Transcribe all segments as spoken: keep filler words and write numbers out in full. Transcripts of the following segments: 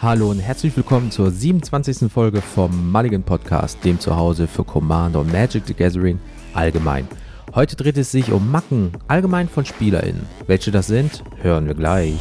Hallo und herzlich willkommen zur siebenundzwanzigsten Folge vom Mulligan Podcast, dem Zuhause für Commander und Magic the Gathering allgemein. Heute dreht es sich um Macken, allgemein von SpielerInnen. Welche das sind, hören wir gleich.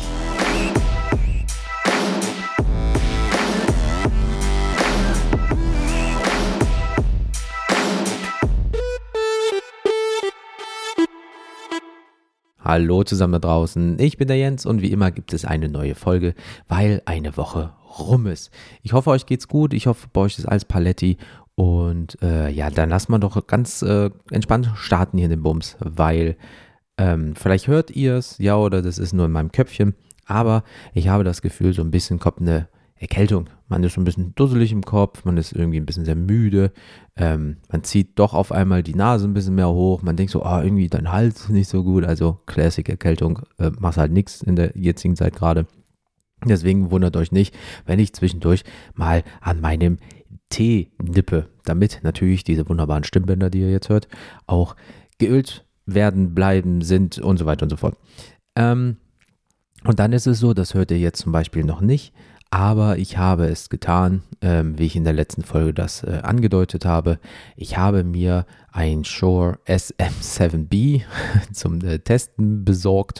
Hallo zusammen da draußen, ich bin der Jens und wie immer gibt es eine neue Folge, weil eine Woche rum ist. Ich hoffe, euch geht's gut, ich hoffe, bei euch ist alles Paletti und äh, ja, dann lasst man doch ganz äh, entspannt starten hier in den Bums, weil ähm, vielleicht hört ihr es, ja, oder das ist nur in meinem Köpfchen, aber ich habe das Gefühl, so ein bisschen kommt eine Erkältung. Man ist so ein bisschen dusselig im Kopf, man ist irgendwie ein bisschen sehr müde, ähm, man zieht doch auf einmal die Nase ein bisschen mehr hoch, man denkt so, ah, irgendwie dein Hals ist nicht so gut, also Classic Erkältung, äh, machst halt nichts in der jetzigen Zeit gerade. Deswegen wundert euch nicht, wenn ich zwischendurch mal an meinem Tee nippe, damit natürlich diese wunderbaren Stimmbänder, die ihr jetzt hört, auch geölt werden, bleiben, sind und so weiter und so fort. Ähm, und dann ist es so, das hört ihr jetzt zum Beispiel noch nicht, aber ich habe es getan, ähm, wie ich in der letzten Folge das äh, angedeutet habe. Ich habe mir ein Shure S M sieben B zum äh, Testen besorgt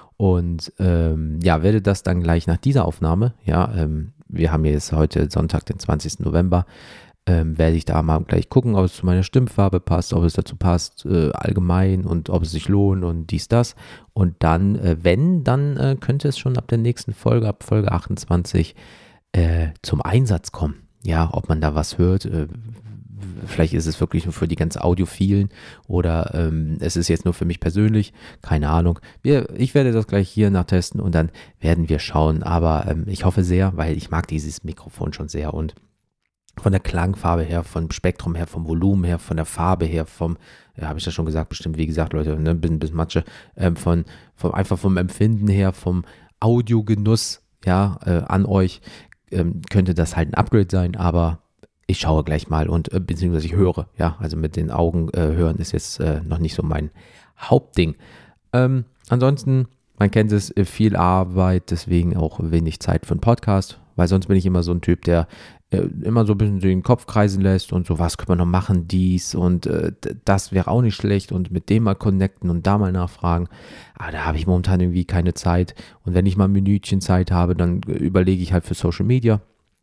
und ähm, ja, werde das dann gleich nach dieser Aufnahme, ja, ähm, wir haben jetzt heute Sonntag, den zwanzigsten November, ähm, werde ich da mal gleich gucken, ob es zu meiner Stimmfarbe passt, ob es dazu passt, äh, allgemein und ob es sich lohnt und dies, das. Und dann, äh, wenn, dann äh, könnte es schon ab der nächsten Folge, ab Folge achtundzwanzig, äh, zum Einsatz kommen. Ja, ob man da was hört, äh, vielleicht ist es wirklich nur für die ganz Audiophilen oder ähm, es ist jetzt nur für mich persönlich, keine Ahnung. Wir, ich werde das gleich hier nachtesten und dann werden wir schauen, aber ähm, ich hoffe sehr, weil ich mag dieses Mikrofon schon sehr und von der Klangfarbe her, vom Spektrum her, vom Volumen her, von der Farbe her, vom, ja, habe ich das schon gesagt, bestimmt, wie gesagt, Leute, ne, ein bisschen, bisschen Matsche, ähm, von, vom, einfach vom Empfinden her, vom Audiogenuss, ja, äh, an euch, ähm, könnte das halt ein Upgrade sein, aber ich schaue gleich mal und, äh, beziehungsweise ich höre, ja, also mit den Augen äh, hören ist jetzt äh, noch nicht so mein Hauptding. Ähm, ansonsten, man kennt es, viel Arbeit, deswegen auch wenig Zeit für einen Podcast, weil sonst bin ich immer so ein Typ, der immer so ein bisschen den Kopf kreisen lässt und so, was können wir noch machen, dies und äh, das wäre auch nicht schlecht und mit dem mal connecten und da mal nachfragen. Aber da habe ich momentan irgendwie keine Zeit und wenn ich mal ein Minütchen Zeit habe, dann überlege ich halt für Social Media,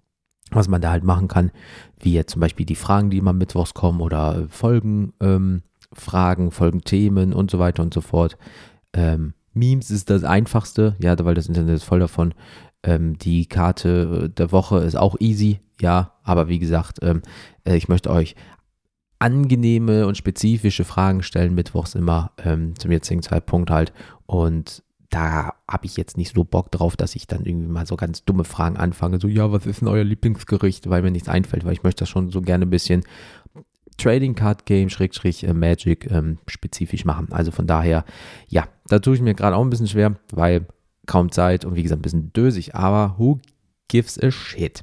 was man da halt machen kann, wie jetzt zum Beispiel die Fragen, die immer mittwochs kommen oder Folgen, ähm, Fragen, Folgenthemen und so weiter und so fort. Ähm, Memes ist das Einfachste, ja, weil das Internet ist voll davon. Ähm, die Karte der Woche ist auch easy, ja, aber wie gesagt, ähm, ich möchte euch angenehme und spezifische Fragen stellen, mittwochs immer ähm, zum jetzigen Zeitpunkt halt und da habe ich jetzt nicht so Bock drauf, dass ich dann irgendwie mal so ganz dumme Fragen anfange, so, ja, was ist denn euer Lieblingsgericht, weil mir nichts einfällt, weil ich möchte das schon so gerne ein bisschen Trading Card Game, Schrägstrich äh, Magic ähm, spezifisch machen, also von daher, ja, da tue ich mir gerade auch ein bisschen schwer, weil kaum Zeit und wie gesagt ein bisschen dösig, aber who gives a shit?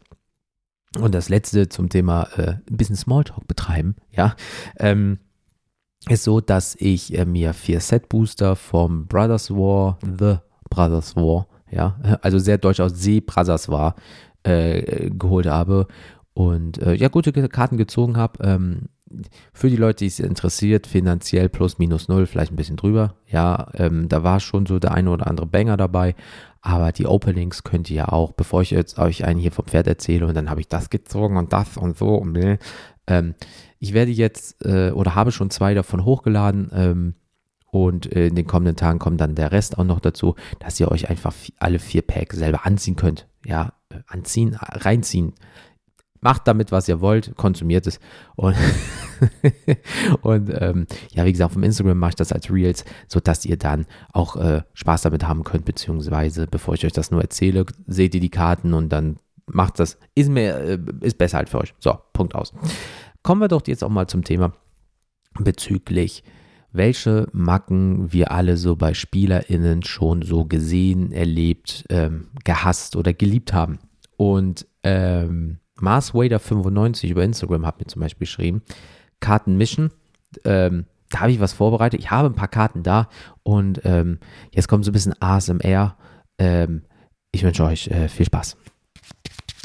Und das letzte zum Thema äh, ein bisschen Smalltalk betreiben, ja, ähm, ist so, dass ich äh, mir vier Set-Booster vom Brothers War, The Brothers War, ja, also sehr deutsch aus The Brothers War, äh, geholt habe und äh, ja, gute Karten gezogen habe, ähm, für die Leute, die es interessiert, finanziell plus minus null, vielleicht ein bisschen drüber. Ja, ähm, da war schon so der eine oder andere Banger dabei, aber die Openings könnt ihr ja auch, bevor ich jetzt euch einen hier vom Pferd erzähle und dann habe ich das gezogen und das und so und ähm, ich werde jetzt äh, oder habe schon zwei davon hochgeladen ähm, und äh, in den kommenden Tagen kommt dann der Rest auch noch dazu, dass ihr euch einfach alle vier Packs selber anziehen könnt. Ja, äh, anziehen, reinziehen. Macht damit, was ihr wollt, konsumiert es. Und, und ähm, ja, wie gesagt, vom Instagram mache ich das als Reels, sodass ihr dann auch äh, Spaß damit haben könnt, beziehungsweise, bevor ich euch das nur erzähle, seht ihr die Karten und dann macht das, ist, mehr, äh, ist besser halt für euch. So, Punkt aus. Kommen wir doch jetzt auch mal zum Thema bezüglich, welche Macken wir alle so bei SpielerInnen schon so gesehen, erlebt, ähm, gehasst oder geliebt haben. Und ähm, Mars Wader fünfundneunzig über Instagram hat mir zum Beispiel geschrieben, Karten mischen, ähm, da habe ich was vorbereitet, ich habe ein paar Karten da und ähm, jetzt kommt so ein bisschen A S M R, ähm, ich wünsche euch äh, viel Spaß.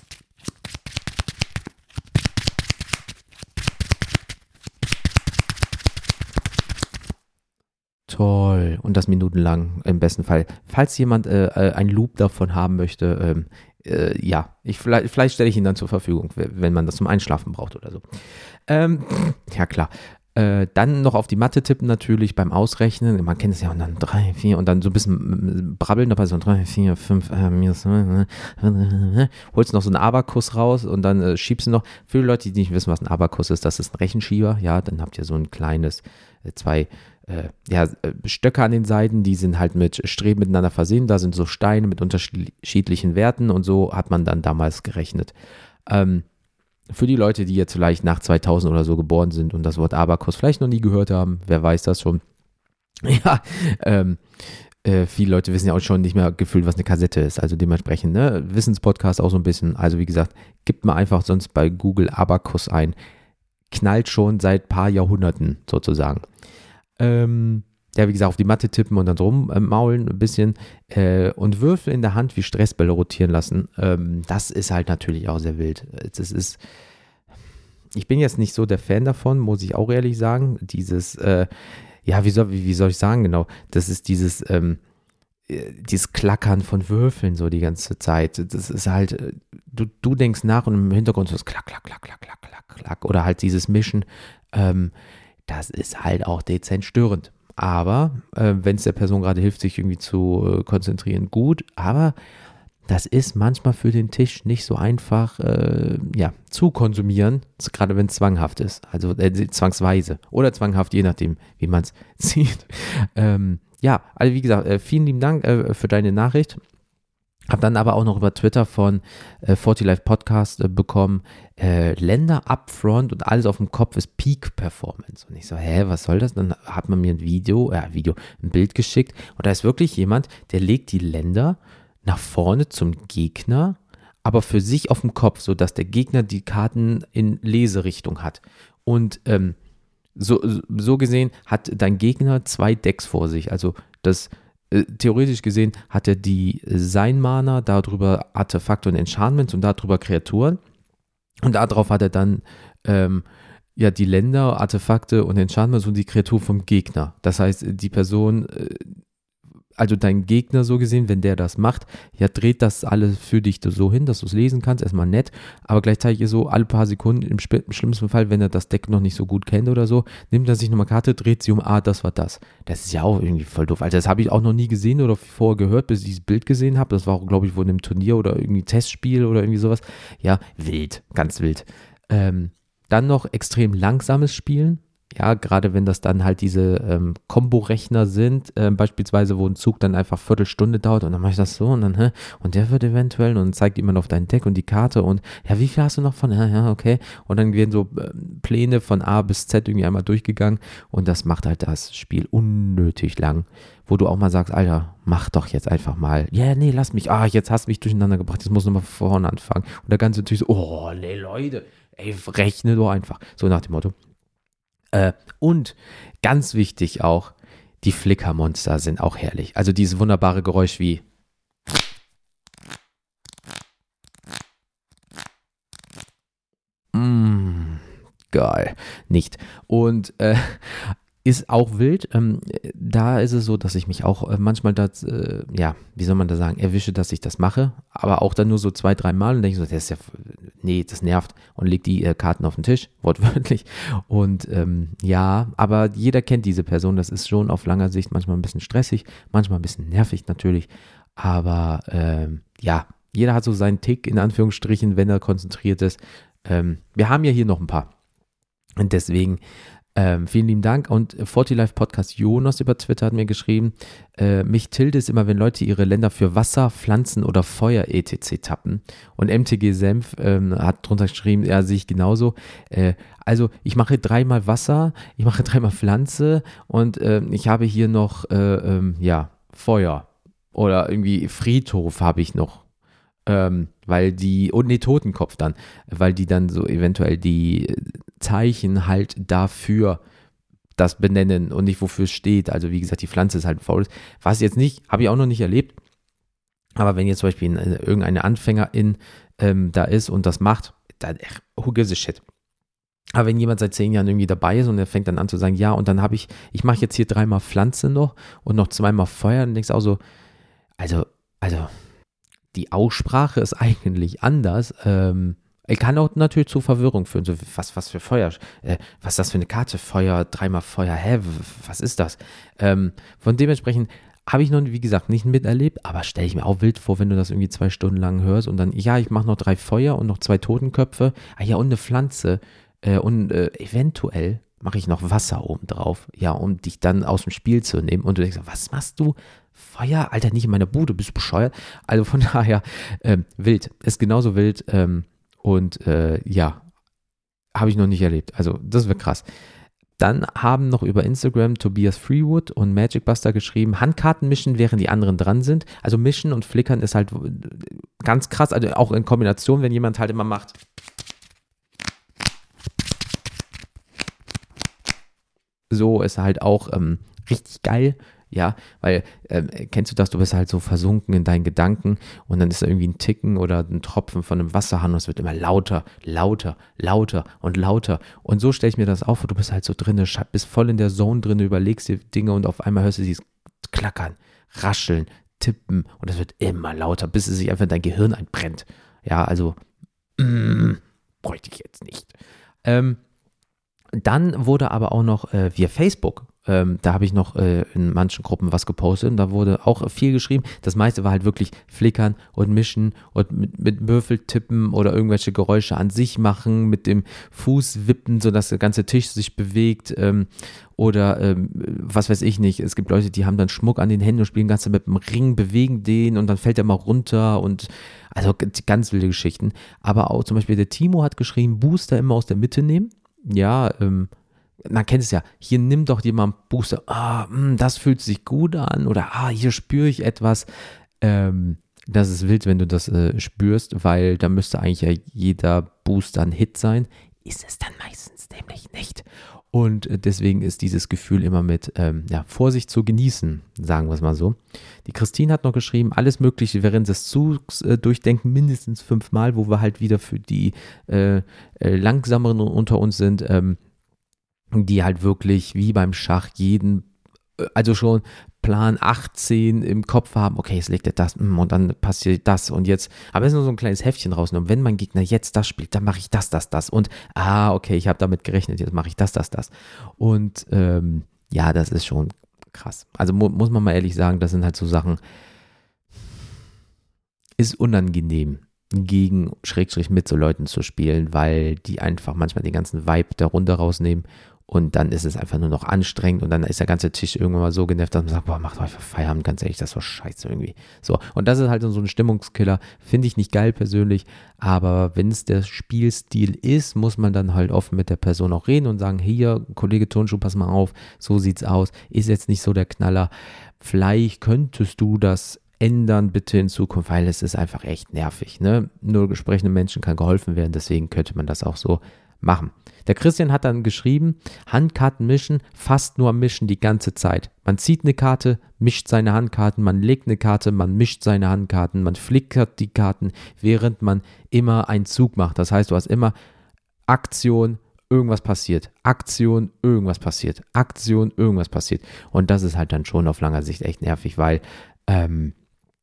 und das minutenlang im besten Fall. Falls jemand äh, ein Loop davon haben möchte, ähm, äh, ja, ich, vielleicht, vielleicht stelle ich ihn dann zur Verfügung, wenn man das zum Einschlafen braucht oder so. Ähm, ja, klar. Äh, dann noch auf die Matte tippen natürlich beim Ausrechnen. Man kennt es ja, und dann drei, vier und dann so ein bisschen brabbeln dabei, so drei, vier, fünf, äh, minus, äh, äh, holst noch so einen Abakus raus und dann äh, schiebst du noch. Für die Leute, die nicht wissen, was ein Abakus ist, das ist ein Rechenschieber, ja, dann habt ihr so ein kleines, äh, zwei äh, ja, äh, Stöcke an den Seiten, die sind halt mit Streben miteinander versehen, da sind so Steine mit unterschiedlichen Werten und so hat man dann damals gerechnet. Ähm, Für die Leute, die jetzt vielleicht nach zweitausend oder so geboren sind und das Wort Abakus vielleicht noch nie gehört haben, wer weiß das schon. Ja, ähm, äh, viele Leute wissen ja auch schon nicht mehr gefühlt, was eine Kassette ist. Also dementsprechend, ne, Wissenspodcast auch so ein bisschen. Also wie gesagt, gibt mal einfach sonst bei Google Abakus ein. Knallt schon seit ein paar Jahrhunderten sozusagen. Ähm, ja, wie gesagt, auf die Matte tippen und dann so rummaulen ein bisschen äh, und Würfel in der Hand wie Stressbälle rotieren lassen. Ähm, das ist halt natürlich auch sehr wild. Das ist, ich bin jetzt nicht so der Fan davon, muss ich auch ehrlich sagen. Dieses, äh, ja, wie soll, wie, wie soll ich sagen genau? Das ist dieses, ähm, dieses Klackern von Würfeln so die ganze Zeit. Das ist halt, du, du denkst nach und im Hintergrund so das Klack, Klack, Klack, Klack, Klack, Klack, Klack oder halt dieses Mischen. Ähm, das ist halt auch dezent störend. Aber äh, wenn es der Person gerade hilft, sich irgendwie zu äh, konzentrieren, gut. Aber das ist manchmal für den Tisch nicht so einfach äh, ja, zu konsumieren, gerade wenn es zwanghaft ist. Also äh, zwangsweise oder zwanghaft, je nachdem, wie man es sieht. Ähm, ja, also wie gesagt, äh, vielen lieben Dank äh, für deine Nachricht. Habe dann aber auch noch über Twitter von äh, vierzig Live Podcast äh, bekommen, äh, Länder upfront und alles auf dem Kopf ist Peak Performance. Und ich so, hä, was soll das? Dann hat man mir ein Video, äh, Video, ein Bild geschickt und da ist wirklich jemand, der legt die Länder nach vorne zum Gegner, aber für sich auf dem Kopf, sodass der Gegner die Karten in Leserichtung hat. Und ähm, so, so gesehen hat dein Gegner zwei Decks vor sich, also das theoretisch gesehen hat er die Sein-Mana, darüber Artefakte und Enchantments und darüber Kreaturen. Und darauf hat er dann ähm, ja die Länder, Artefakte und Enchantments und die Kreatur vom Gegner. Das heißt, die Person, äh, also dein Gegner so gesehen, wenn der das macht, ja dreht das alles für dich so hin, dass du es lesen kannst, erstmal nett, aber gleichzeitig so alle paar Sekunden, im, im schlimmsten Fall, wenn er das Deck noch nicht so gut kennt oder so, nimmt er sich nochmal Karte, dreht sie um, ah, das war das. Das ist ja auch irgendwie voll doof. Also das habe ich auch noch nie gesehen oder vorher gehört, bis ich dieses Bild gesehen habe. Das war auch, glaube ich, wohl in einem Turnier oder irgendwie Testspiel oder irgendwie sowas. Ja, wild, ganz wild. Ähm, dann noch extrem langsames Spielen. Ja, gerade wenn das dann halt diese ähm, Kombo-Rechner sind, äh, beispielsweise, wo ein Zug dann einfach Viertelstunde dauert und dann mache ich das so und dann, hä, und der wird eventuell und dann zeigt jemand auf dein Deck und die Karte und, ja, wie viel hast du noch von, ja, ja, okay, und dann werden so äh, Pläne von A bis Z irgendwie einmal durchgegangen und das macht halt das Spiel unnötig lang, wo du auch mal sagst, Alter, mach doch jetzt einfach mal, ja, yeah, nee, lass mich, ah, jetzt hast du mich durcheinander gebracht, jetzt muss nochmal von vorne anfangen und der ganze Typ so, oh, nee, Leute, ey, rechne doch einfach, so nach dem Motto. Äh, und ganz wichtig auch, die Flickermonster sind auch herrlich. Also dieses wunderbare Geräusch wie mm, geil, nicht. Und äh, ist auch wild. Ähm, da ist es so, dass ich mich auch äh, manchmal, das, äh, ja, wie soll man da sagen, erwische, dass ich das mache, aber auch dann nur so zwei, drei Mal und denke so, das ist ja, nee, das nervt und leg die äh, Karten auf den Tisch, wortwörtlich. Und ähm, ja, aber jeder kennt diese Person, das ist schon auf langer Sicht manchmal ein bisschen stressig, manchmal ein bisschen nervig natürlich, aber ähm, ja, jeder hat so seinen Tick, in Anführungsstrichen, wenn er konzentriert ist. Ähm, wir haben ja hier noch ein paar und deswegen Ähm, vielen lieben Dank und vierzig Live Podcast Jonas über Twitter hat mir geschrieben, äh, mich tilde es immer, wenn Leute ihre Länder für Wasser, Pflanzen oder Feuer et cetera tappen und M T G Senf ähm, hat drunter geschrieben, ja, sehe ich genauso, äh, also ich mache dreimal Wasser, ich mache dreimal Pflanze und äh, ich habe hier noch, äh, ähm, ja, Feuer oder irgendwie Friedhof habe ich noch. Ähm, weil die, und nee, Totenkopf dann, weil die dann so eventuell die Zeichen halt dafür das benennen und nicht wofür es steht. Also wie gesagt, die Pflanze ist halt faul. Was jetzt nicht, habe ich auch noch nicht erlebt, aber wenn jetzt zum Beispiel eine, irgendeine Anfängerin ähm, da ist und das macht, dann, who gives a shit. Aber wenn jemand seit zehn Jahren irgendwie dabei ist und der fängt dann an zu sagen, ja, und dann habe ich, ich mache jetzt hier dreimal Pflanze noch und noch zweimal Feuer, dann denkst du auch so, also, also, die Aussprache ist eigentlich anders. Ähm, er kann auch natürlich zu Verwirrung führen. So, was, was für Feuer, äh, was ist das für eine Karte? Feuer, dreimal Feuer, hä, was ist das? Ähm, von dementsprechend habe ich noch, wie gesagt, nicht miterlebt, aber stelle ich mir auch wild vor, wenn du das irgendwie zwei Stunden lang hörst und dann, ja, ich mache noch drei Feuer und noch zwei Totenköpfe, ah ja, und eine Pflanze äh, und äh, eventuell mache ich noch Wasser oben drauf, ja, um dich dann aus dem Spiel zu nehmen und du denkst, was machst du? Feuer? Alter, nicht in meiner Bude, bist du bescheuert? Also von daher, ähm, wild, ist genauso wild ähm, und äh, ja, habe ich noch nicht erlebt, also das wäre krass. Dann haben noch über Instagram Tobias Freewood und Magic Buster geschrieben, Handkarten mischen, während die anderen dran sind. Also mischen und flickern ist halt ganz krass, also auch in Kombination, wenn jemand halt immer macht. So ist halt auch ähm, richtig geil. Ja, weil, ähm, kennst du das, du bist halt so versunken in deinen Gedanken und dann ist da irgendwie ein Ticken oder ein Tropfen von einem Wasserhahn und es wird immer lauter, lauter, lauter und lauter. Und so stelle ich mir das auf, du bist halt so drin, bist voll in der Zone drin, überlegst dir Dinge und auf einmal hörst du dieses Klackern, Rascheln, Tippen und es wird immer lauter, bis es sich einfach in dein Gehirn einbrennt. Ja, also, mm, bräuchte ich jetzt nicht. Ähm, Dann wurde aber auch noch äh, via Facebook, ähm, da habe ich noch äh, in manchen Gruppen was gepostet und da wurde auch viel geschrieben. Das meiste war halt wirklich flickern und mischen und mit, mit Würfel tippen oder irgendwelche Geräusche an sich machen, mit dem Fuß wippen, sodass der ganze Tisch sich bewegt ähm, oder ähm, was weiß ich nicht. Es gibt Leute, die haben dann Schmuck an den Händen und spielen ganz mit dem Ring, bewegen den und dann fällt er mal runter und also ganz wilde Geschichten. Aber auch zum Beispiel der Timo hat geschrieben, Booster immer aus der Mitte nehmen. Ja, ähm, man kennt es ja, hier nimm doch jemand einen Booster, ah, mh, das fühlt sich gut an oder ah, hier spüre ich etwas. Ähm, das ist wild, wenn du das äh, spürst, weil da müsste eigentlich ja jeder Booster ein Hit sein. Ist es dann meistens nämlich nicht. Und äh, deswegen ist dieses Gefühl immer mit ähm, ja, Vorsicht zu genießen, sagen wir es mal so. Die Christine hat noch geschrieben, alles Mögliche während des Zugs äh, durchdenken, mindestens fünfmal, wo wir halt wieder für die äh, äh, Langsameren unter uns sind, ähm, die halt wirklich wie beim Schach jeden, äh, also schon Plan achtzehn im Kopf haben, okay, jetzt legt er das und dann passiert das und jetzt, aber es ist nur so ein kleines Heftchen rausnehmen. Wenn mein Gegner jetzt das spielt, dann mache ich das, das, das und ah, okay, ich habe damit gerechnet, jetzt mache ich das, das, das und ähm, ja, das ist schon krass. Also mu- muss man mal ehrlich sagen, das sind halt so Sachen, ist unangenehm gegen Schrägstrich mit so Leuten zu spielen, weil die einfach manchmal den ganzen Vibe der Runde rausnehmen und dann ist es einfach nur noch anstrengend und dann ist der ganze Tisch irgendwann mal so genervt, dass man sagt, boah, macht einfach Feierabend, ganz ehrlich, das war scheiße irgendwie. So, und das ist halt so ein Stimmungskiller, finde ich nicht geil persönlich, aber wenn es der Spielstil ist, muss man dann halt offen mit der Person auch reden und sagen, hier, Kollege Turnschuh, pass mal auf, so sieht's aus, ist jetzt nicht so der Knaller, vielleicht könntest du das ändern bitte in Zukunft, weil es ist einfach echt nervig, ne? Nur gesprochenen Menschen kann geholfen werden, deswegen könnte man das auch so machen. Der Christian hat dann geschrieben, Handkarten mischen, fast nur mischen die ganze Zeit. Man zieht eine Karte, mischt seine Handkarten, man legt eine Karte, man mischt seine Handkarten, man flickert die Karten, während man immer einen Zug macht. Das heißt, du hast immer Aktion, irgendwas passiert, Aktion, irgendwas passiert, Aktion, irgendwas passiert. Und das ist halt dann schon auf langer Sicht echt nervig, weil ähm,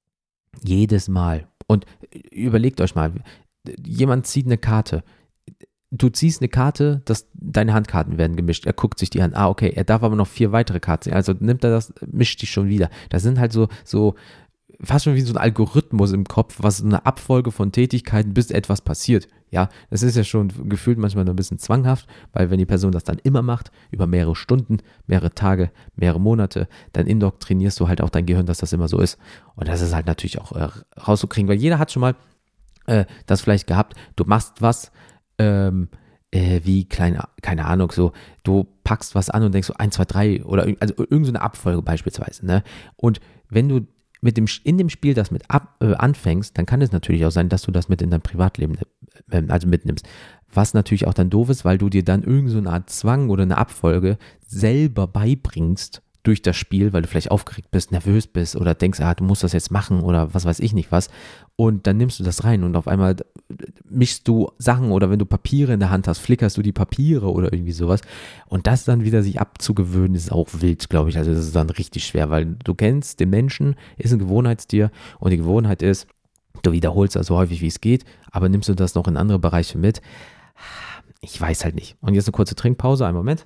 jedes Mal, und überlegt euch mal, jemand zieht eine Karte, du ziehst eine Karte, dass deine Handkarten werden gemischt, er guckt sich die an, ah okay, er darf aber noch vier weitere Karten ziehen, also nimmt er das, mischt die schon wieder. Das sind halt so, so fast schon wie so ein Algorithmus im Kopf, was eine Abfolge von Tätigkeiten, bis etwas passiert. Ja, das ist ja schon gefühlt manchmal ein bisschen zwanghaft, weil wenn die Person das dann immer macht, über mehrere Stunden, mehrere Tage, mehrere Monate, dann indoktrinierst du halt auch dein Gehirn, dass das immer so ist. Und das ist halt natürlich auch äh, rauszukriegen, weil jeder hat schon mal äh, das vielleicht gehabt, du machst was, ähm, äh, wie, kleine, keine Ahnung, so, du packst was an und denkst so eins, zwei, drei oder also irgendeine so Abfolge beispielsweise, ne? Und wenn du mit dem, in dem Spiel das mit ab, äh, anfängst, dann kann es natürlich auch sein, dass du das mit in dein Privatleben äh, also mitnimmst. Was natürlich auch dann doof ist, weil du dir dann irgend so eine Art Zwang oder eine Abfolge selber beibringst durch das Spiel, weil du vielleicht aufgeregt bist, nervös bist oder denkst, ah, du musst das jetzt machen oder was weiß ich nicht was. Und dann nimmst du das rein und auf einmal mischst du Sachen oder wenn du Papiere in der Hand hast, flickerst du die Papiere oder irgendwie sowas. Und das dann wieder sich abzugewöhnen, ist auch wild, glaube ich. Also das ist dann richtig schwer, weil du kennst den Menschen, ist ein Gewohnheitstier und die Gewohnheit ist, du wiederholst das so häufig wie es geht, aber nimmst du das noch in andere Bereiche mit? Ich weiß halt nicht. Und jetzt eine kurze Trinkpause, einen Moment.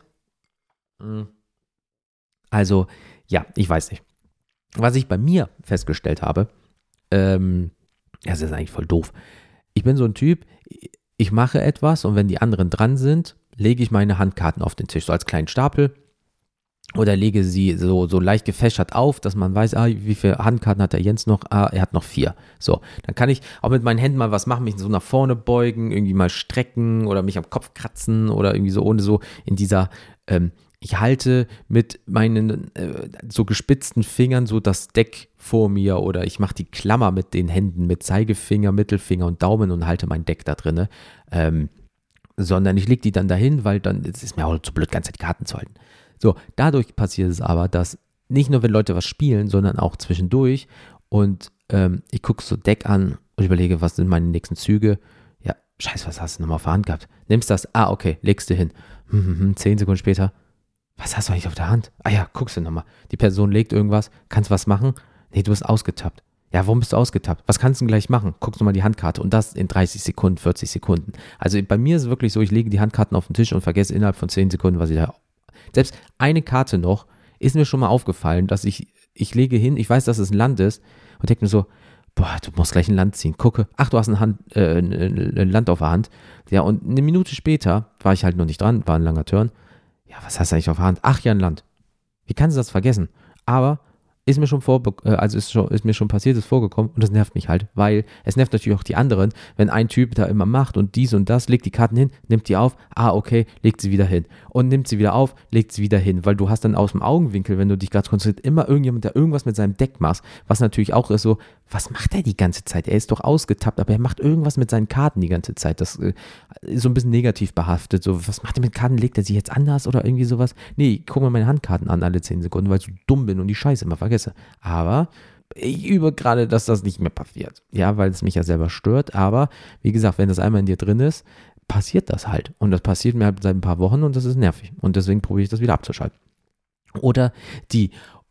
Also, ja, ich weiß nicht. Was ich bei mir festgestellt habe, ähm, das ist eigentlich voll doof. Ich bin so ein Typ, ich mache etwas und wenn die anderen dran sind, lege ich meine Handkarten auf den Tisch, so als kleinen Stapel. Oder lege sie so, so leicht gefächert auf, dass man weiß, ah, wie viele Handkarten hat der Jens noch? Ah, er hat noch vier. So, dann kann ich auch mit meinen Händen mal was machen, mich so nach vorne beugen, irgendwie mal strecken oder mich am Kopf kratzen oder irgendwie so, ohne so in dieser, ähm, ich halte mit meinen äh, so gespitzten Fingern so das Deck vor mir oder ich mache die Klammer mit den Händen, mit Zeigefinger, Mittelfinger und Daumen und halte mein Deck da drin. Ähm, sondern ich lege die dann dahin, weil dann, es ist mir auch zu blöd, die ganze Zeit die Karten zu halten. So, dadurch passiert es aber, dass nicht nur, wenn Leute was spielen, sondern auch zwischendurch und ähm, ich gucke so Deck an und überlege, was sind meine nächsten Züge. Ja, scheiße, was hast du nochmal auf der Hand gehabt? Nimmst das, ah, okay, legst du hin. Hm, hm, hm, zehn Sekunden später, was hast du eigentlich auf der Hand? Ah ja, guckst du nochmal. Die Person legt irgendwas, kannst was machen? Nee, du bist ausgetappt. Ja, warum bist du ausgetappt? Was kannst du denn gleich machen? Guckst du mal die Handkarte und das in dreißig Sekunden, vierzig Sekunden. Also bei mir ist es wirklich so, ich lege die Handkarten auf den Tisch und vergesse innerhalb von zehn Sekunden, was ich da. Selbst eine Karte noch, ist mir schon mal aufgefallen, dass ich, ich lege hin, ich weiß, dass es ein Land ist und denke mir so, boah, du musst gleich ein Land ziehen. Gucke, ach, du hast ein, Hand, äh, ein, ein Land auf der Hand. Ja, und eine Minute später war ich halt noch nicht dran, war ein langer Turn. Ja, was hast du eigentlich auf der Hand? Ach ja, ein Land. Wie kannst du das vergessen? Aber ist mir schon vor, also ist, schon, ist mir schon passiert, ist vorgekommen und das nervt mich halt, weil es nervt natürlich auch die anderen, wenn ein Typ da immer macht und dies und das, legt die Karten hin, nimmt die auf, ah okay, legt sie wieder hin und nimmt sie wieder auf, legt sie wieder hin, weil du hast dann aus dem Augenwinkel, wenn du dich gerade konzentrierst, immer irgendjemand, der irgendwas mit seinem Deck macht, was natürlich auch ist so, was macht er die ganze Zeit? Er ist doch ausgetappt, aber er macht irgendwas mit seinen Karten die ganze Zeit, das äh, ist so ein bisschen negativ behaftet, so, was macht er mit Karten, legt er sie jetzt anders oder irgendwie sowas? Nee, ich gucke mir meine Handkarten an alle zehn Sekunden, weil ich so dumm bin und die Scheiße immer vergesse. Aber ich übe gerade, dass das nicht mehr passiert. Ja, weil es mich ja selber stört. Aber wie gesagt, wenn das einmal in dir drin ist, passiert das halt. Und das passiert mir halt seit ein paar Wochen und das ist nervig. Und deswegen probiere ich das wieder abzuschalten. Oder die,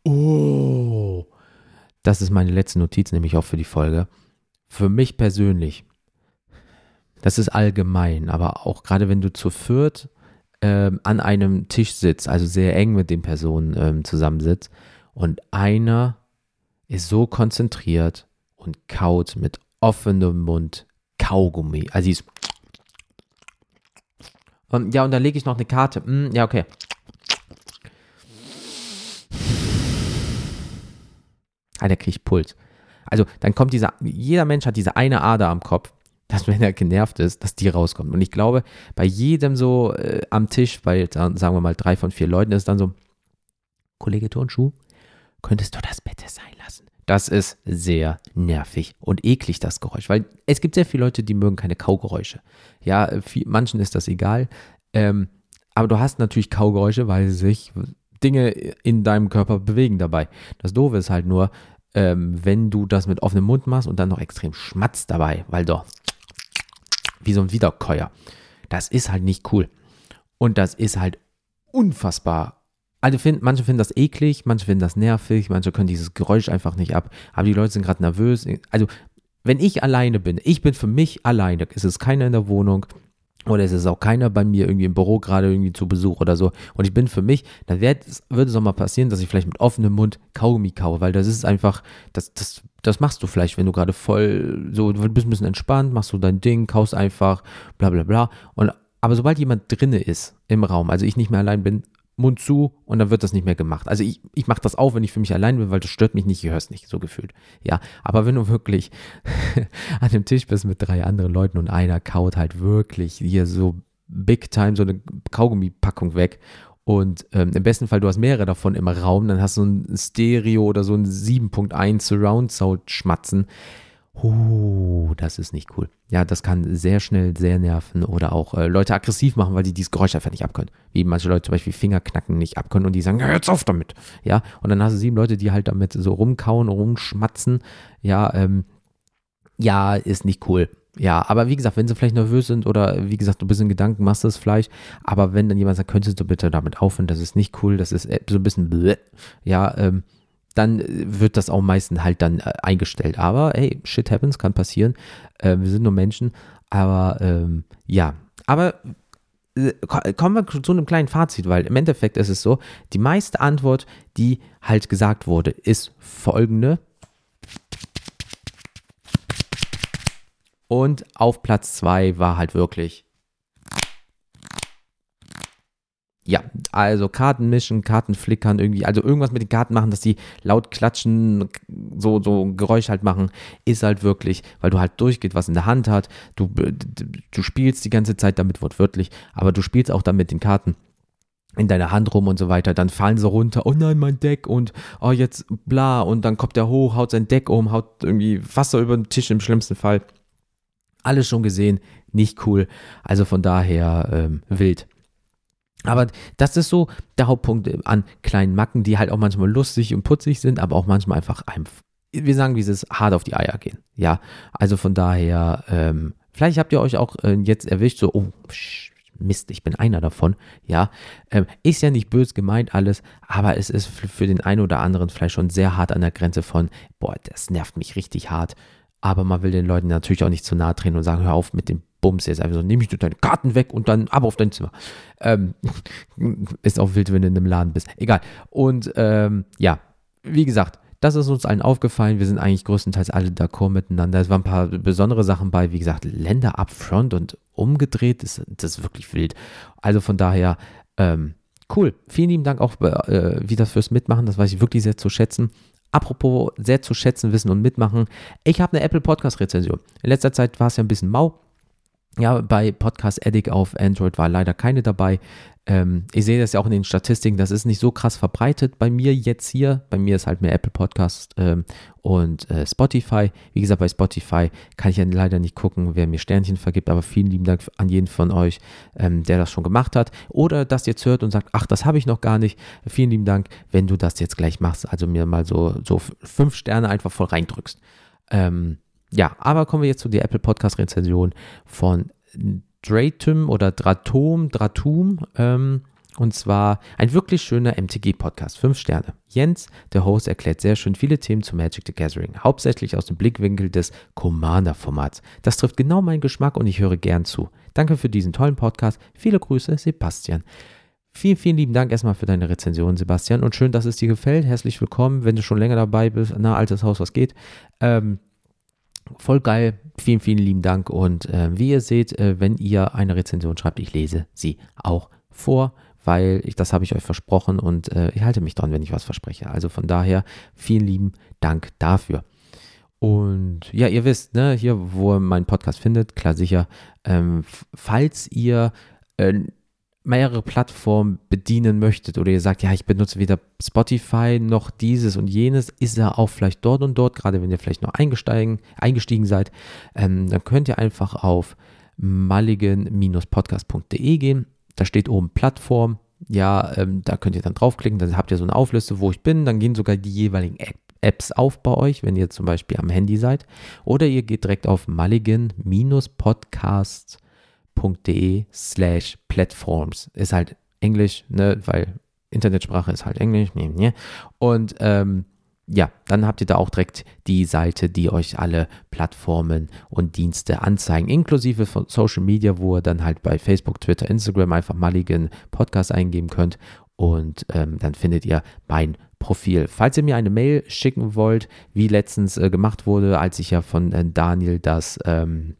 oh, das ist meine letzte Notiz, nämlich auch für die Folge. Für mich persönlich, das ist allgemein, aber auch gerade wenn du zu viert ähm, an einem Tisch sitzt, also sehr eng mit den Personen ähm, zusammensitzt, und einer ist so konzentriert und kaut mit offenem Mund Kaugummi. Also ist und ja, und dann lege ich noch eine Karte. Hm, ja, okay. Ah, der kriegt Puls. Also dann kommt dieser, jeder Mensch hat diese eine Ader am Kopf, dass wenn er genervt ist, dass die rauskommt. Und ich glaube, bei jedem so äh, am Tisch, bei, sagen wir mal, drei von vier Leuten ist dann so, Kollege Turnschuh, könntest du das bitte sein lassen? Das ist sehr nervig und eklig, das Geräusch, weil es gibt sehr viele Leute, die mögen keine Kaugeräusche. Ja, viel, manchen ist das egal, ähm, aber du hast natürlich Kaugeräusche, weil sich Dinge in deinem Körper bewegen dabei. Das Doofe ist halt nur, ähm, wenn du das mit offenem Mund machst und dann noch extrem schmatzt dabei, weil doch wie so ein Wiederkäuer. Das ist halt nicht cool. Und das ist halt unfassbar. Also find, manche finden das eklig, manche finden das nervig, manche können dieses Geräusch einfach nicht ab. Aber die Leute sind gerade nervös. Also, wenn ich alleine bin, ich bin für mich alleine, es ist keiner in der Wohnung oder es ist auch keiner bei mir irgendwie im Büro gerade irgendwie zu Besuch oder so und ich bin für mich, dann wird, würde es auch mal passieren, dass ich vielleicht mit offenem Mund Kaugummi kaue, weil das ist einfach, das, das, das machst du vielleicht, wenn du gerade voll, so, du bist ein bisschen entspannt, machst du dein Ding, kaust einfach, bla bla bla. Und, aber sobald jemand drinne ist im Raum, also ich nicht mehr allein bin, Mund zu und dann wird das nicht mehr gemacht. Also ich, ich mache das auch, wenn ich für mich allein bin, weil das stört mich nicht, ich höre es nicht, so gefühlt. Ja, aber wenn du wirklich an dem Tisch bist mit drei anderen Leuten und einer kaut halt wirklich hier so big time so eine Kaugummipackung weg und ähm, im besten Fall du hast mehrere davon im Raum, dann hast du ein Stereo oder so ein sieben Punkt eins Surround Sound schmatzen. Uh, das ist nicht cool. Ja, das kann sehr schnell sehr nerven oder auch äh, Leute aggressiv machen, weil die dieses Geräusch einfach nicht abkönnen. Wie manche Leute zum Beispiel Fingerknacken nicht abkönnen und die sagen, ja, jetzt auf damit. Ja, und dann hast du sieben Leute, die halt damit so rumkauen, rumschmatzen. Ja, ähm, ja, ist nicht cool. Ja, aber wie gesagt, wenn sie vielleicht nervös sind oder wie gesagt, du bist in Gedanken, machst das vielleicht, aber wenn dann jemand sagt, könntest du bitte damit aufhören, das ist nicht cool, das ist so ein bisschen blöd, ja, ähm, dann wird das auch meistens halt dann äh, eingestellt. Aber hey, shit happens, kann passieren, äh, wir sind nur Menschen, aber ähm, ja, aber äh, kommen wir zu einem kleinen Fazit, weil im Endeffekt ist es so, die meiste Antwort, die halt gesagt wurde, ist folgende. Und auf Platz zwei war halt wirklich, ja, also Karten mischen, Karten flickern irgendwie, also irgendwas mit den Karten machen, dass die laut klatschen, so, so ein Geräusch halt machen, ist halt wirklich, weil du halt durchgeht, was in der Hand hat, du, du spielst die ganze Zeit damit wortwörtlich, aber du spielst auch dann mit den Karten in deiner Hand rum und so weiter, dann fallen sie runter, oh nein, mein Deck und oh jetzt bla und dann kommt der hoch, haut sein Deck um, haut irgendwie Wasser über den Tisch im schlimmsten Fall. Alles schon gesehen, nicht cool, also von daher ähm, wild. Aber das ist so der Hauptpunkt an kleinen Macken, die halt auch manchmal lustig und putzig sind, aber auch manchmal einfach, einfach wir sagen, dieses hart auf die Eier gehen. Ja, also von daher, ähm, vielleicht habt ihr euch auch äh, jetzt erwischt, so, oh, Mist, ich bin einer davon. Ja, ähm, ist ja nicht böse gemeint alles, aber es ist für, für den einen oder anderen vielleicht schon sehr hart an der Grenze von, boah, das nervt mich richtig hart. Aber man will den Leuten natürlich auch nicht zu nahe treten und sagen, hör auf mit dem Bums jetzt. Einfach so, nehme ich dir deine Karten weg und dann ab auf dein Zimmer. Ähm, ist auch wild, wenn du in einem Laden bist. Egal. Und ähm, ja, wie gesagt, das ist uns allen aufgefallen. Wir sind eigentlich größtenteils alle d'accord miteinander. Es waren ein paar besondere Sachen bei. Wie gesagt, Länder upfront und umgedreht. Das, das ist wirklich wild. Also von daher, ähm, cool. Vielen lieben Dank auch äh, wieder fürs Mitmachen. Das weiß ich wirklich sehr zu schätzen. Apropos sehr zu schätzen, wissen und mitmachen. Ich habe eine Apple Podcast Rezension. In letzter Zeit war es ja ein bisschen mau. Ja, bei Podcast Addict auf Android war leider keine dabei. Ähm, ich sehe das ja auch in den Statistiken, das ist nicht so krass verbreitet bei mir jetzt hier. Bei mir ist halt mehr Apple Podcast ähm, und äh, Spotify. Wie gesagt, bei Spotify kann ich ja leider nicht gucken, wer mir Sternchen vergibt, aber vielen lieben Dank an jeden von euch, ähm, der das schon gemacht hat. Oder das jetzt hört und sagt, ach, das habe ich noch gar nicht. Vielen lieben Dank, wenn du das jetzt gleich machst, also mir mal so, so fünf Sterne einfach voll reindrückst. Ähm, Ja, aber kommen wir jetzt zu der Apple Podcast Rezension von Dratum oder Dratum, Dratum, ähm, und zwar ein wirklich schöner M T G-Podcast, fünf Sterne. Jens, der Host, erklärt sehr schön viele Themen zu Magic the Gathering, hauptsächlich aus dem Blickwinkel des Commander-Formats. Das trifft genau meinen Geschmack und ich höre gern zu. Danke für diesen tollen Podcast. Viele Grüße, Sebastian. Vielen, vielen lieben Dank erstmal für deine Rezension, Sebastian, und schön, dass es dir gefällt. Herzlich willkommen, wenn du schon länger dabei bist. Na, altes Haus, was geht? Ähm, Voll geil, vielen, vielen lieben Dank und äh, wie ihr seht, äh, wenn ihr eine Rezension schreibt, ich lese sie auch vor, weil ich, das habe ich euch versprochen und äh, ich halte mich dran, wenn ich was verspreche. Also von daher, vielen lieben Dank dafür. Und ja, ihr wisst, ne, hier, wo ihr meinen Podcast findet, klar sicher, ähm, falls ihr äh, mehrere Plattformen bedienen möchtet oder ihr sagt, ja, ich benutze weder Spotify noch dieses und jenes, ist er auch vielleicht dort und dort, gerade wenn ihr vielleicht noch eingestiegen, eingestiegen seid, ähm, dann könnt ihr einfach auf mulligan Bindestrich podcast punkt de gehen, da steht oben Plattform, ja, ähm, da könnt ihr dann draufklicken, dann habt ihr so eine Aufliste, wo ich bin, dann gehen sogar die jeweiligen App Apps auf bei euch, wenn ihr zum Beispiel am Handy seid, oder ihr geht direkt auf mulligan Bindestrich podcast punkt de slash platforms. Ist halt Englisch, ne, weil Internetsprache ist halt Englisch. Und ähm, ja, dann habt ihr da auch direkt die Seite, die euch alle Plattformen und Dienste anzeigen, inklusive von Social Media, wo ihr dann halt bei Facebook, Twitter, Instagram einfach Mulligan Podcast eingeben könnt und ähm, dann findet ihr mein Profil. Falls ihr mir eine Mail schicken wollt, wie letztens äh, gemacht wurde, als ich ja von äh, Daniel das, ähm,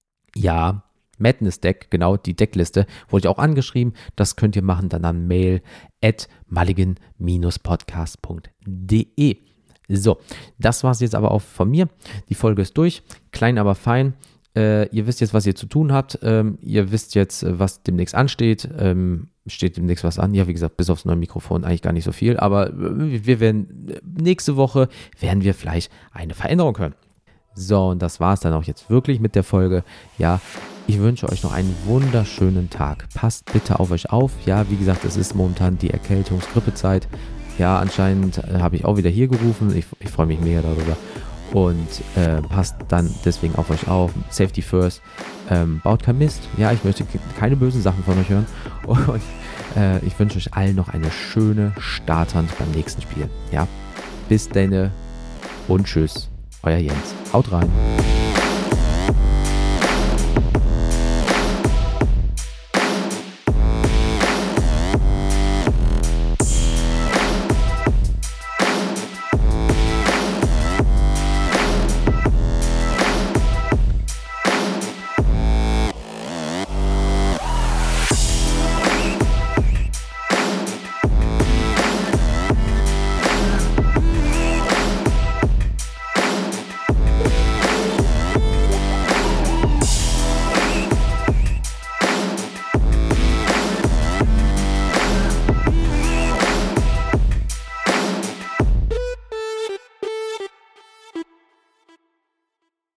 ja, Madness Deck, genau, die Deckliste, wurde ich auch angeschrieben. Das könnt ihr machen dann an mail at mulligan Bindestrich podcast punkt de. So, das war es jetzt aber auch von mir. Die Folge ist durch. Klein, aber fein. Äh, ihr wisst jetzt, was ihr zu tun habt. Ähm, ihr wisst jetzt, was demnächst ansteht. Ähm, steht demnächst was an. Ja, wie gesagt, bis aufs neue Mikrofon eigentlich gar nicht so viel. Aber wir werden, nächste Woche werden wir vielleicht eine Veränderung hören. So, und das war es dann auch jetzt wirklich mit der Folge. Ja, ich wünsche euch noch einen wunderschönen Tag. Passt bitte auf euch auf. Ja, wie gesagt, es ist momentan die Erkältungs-Grippezeit. Ja, anscheinend äh, habe ich auch wieder hier gerufen. Ich, ich freue mich mega darüber. und äh, passt dann deswegen auf euch auf. Safety first. Ähm, baut kein Mist. Ja, ich möchte keine bösen Sachen von euch hören. Und äh, ich wünsche euch allen noch eine schöne Starthand beim nächsten Spiel. Ja, bis dann und tschüss. Euer Jens. Haut rein.